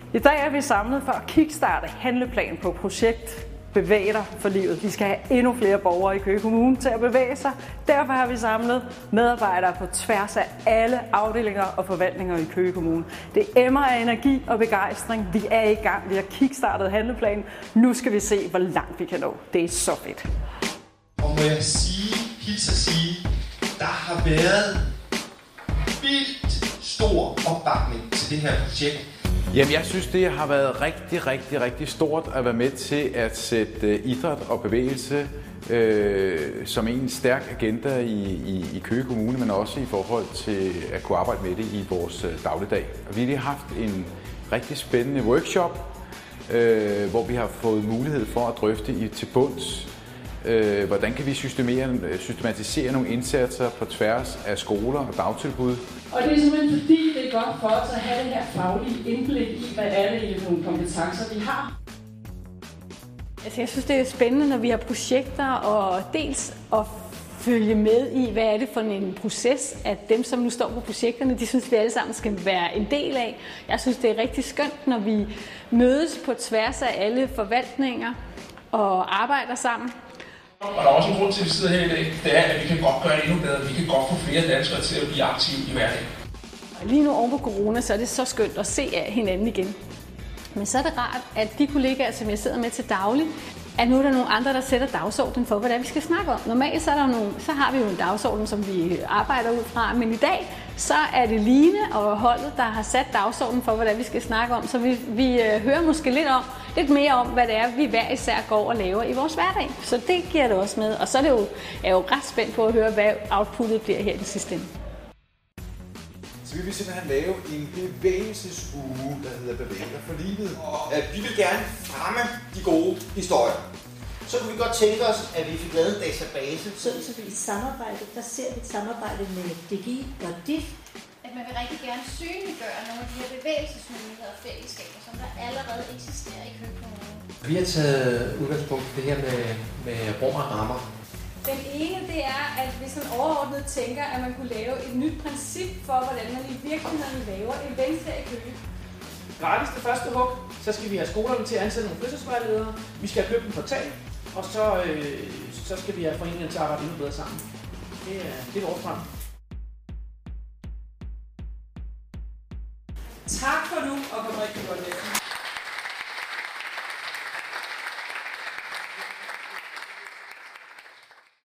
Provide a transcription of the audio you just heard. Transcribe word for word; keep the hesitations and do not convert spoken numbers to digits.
I dag er vi samlet for at kickstarte handleplan på projekt Bevæg dig for livet. Vi skal have endnu flere borgere i Køge Kommune til at bevæge sig. Derfor har vi samlet medarbejdere på tværs af alle afdelinger og forvaltninger i Køge Kommune. Det emmer af energi og begejstring. Vi er i gang. Vi har kickstartet handleplanen. Nu skal vi se, hvor langt vi kan nå. Det er så fedt. Og må jeg sige, hilse at sige, der har været vildt stor opbakning til det her projekt. Jamen, jeg synes, det har været rigtig, rigtig, rigtig stort at være med til at sætte idræt og bevægelse øh, som en stærk agenda i, i, i Køge Kommune, men også i forhold til at kunne arbejde med det i vores dagligdag. Og vi har lige haft en rigtig spændende workshop, øh, hvor vi har fået mulighed for at drøfte i til bunds, øh, hvordan kan vi systematisere nogle indsatser på tværs af skoler og dagtilbud. Og det er simpelthen fordi, det er godt for os at have det her faglige indblik i, hvad er det i nogle kompetencer, vi har. Altså, jeg synes, det er spændende, når vi har projekter, og dels at følge med i, hvad er det for en proces, at dem, som nu står på projekterne, de synes, vi alle sammen skal være en del af. Jeg synes, det er rigtig skønt, når vi mødes på tværs af alle forvaltninger og arbejder sammen. Og der er også en grund til, at vi sidder her i dag, det er, at vi kan godt gøre det endnu bedre. Vi kan godt få flere danskere til at blive aktive i hverdagen. Lige nu oven på corona, så er det så skønt at se af hinanden igen. Men så er det rart, at de kollegaer, som jeg sidder med til daglig, at nu er der nogle andre, der sætter dagsordenen for, hvad det er, vi skal snakke om. Normalt så, er der nogle, så har vi jo en dagsorden, som vi arbejder ud fra, men i dag så er det Line og holdet, der har sat dagsordenen for, hvad det er, vi skal snakke om. Så vi, vi hører måske lidt om, lidt mere om, hvad det er, vi hver især går og laver i vores hverdag. Så det giver det også med. Og så er det jo, er jo ret spændt på at høre, hvad outputtet bliver her i den sidste ende. Så vi vil simpelthen lave en bevægelsesuge, der hedder Bevæg dig for livet. Og at vi vil gerne fremme de gode historier. Så kunne vi godt tænke os, at vi fik lavet en database. Sådan så vi i samarbejde, der ser vi et samarbejde med D G I og D I F. At man vil rigtig gerne synliggøre nogle af de her bevægelsesmuligheder og fællesskaber, som der allerede eksisterer i Køge Kommune. Vi har taget udgangspunkt i det her med, med rum og rammer. Den ene, det er, at vi sådan overordnet tænker, at man kunne lave et nyt princip for, hvordan man i virkeligheden laver events her i Køge. Gratis det første hug, så skal vi have skolerne til at ansætte nogle fødselsvejledere. Vi skal have købt en portal, og så, øh, så skal vi have foreningerne til at arbejde endnu bedre sammen. Det er, det er vores frem. Tak for nu, og kom rigtig godt med.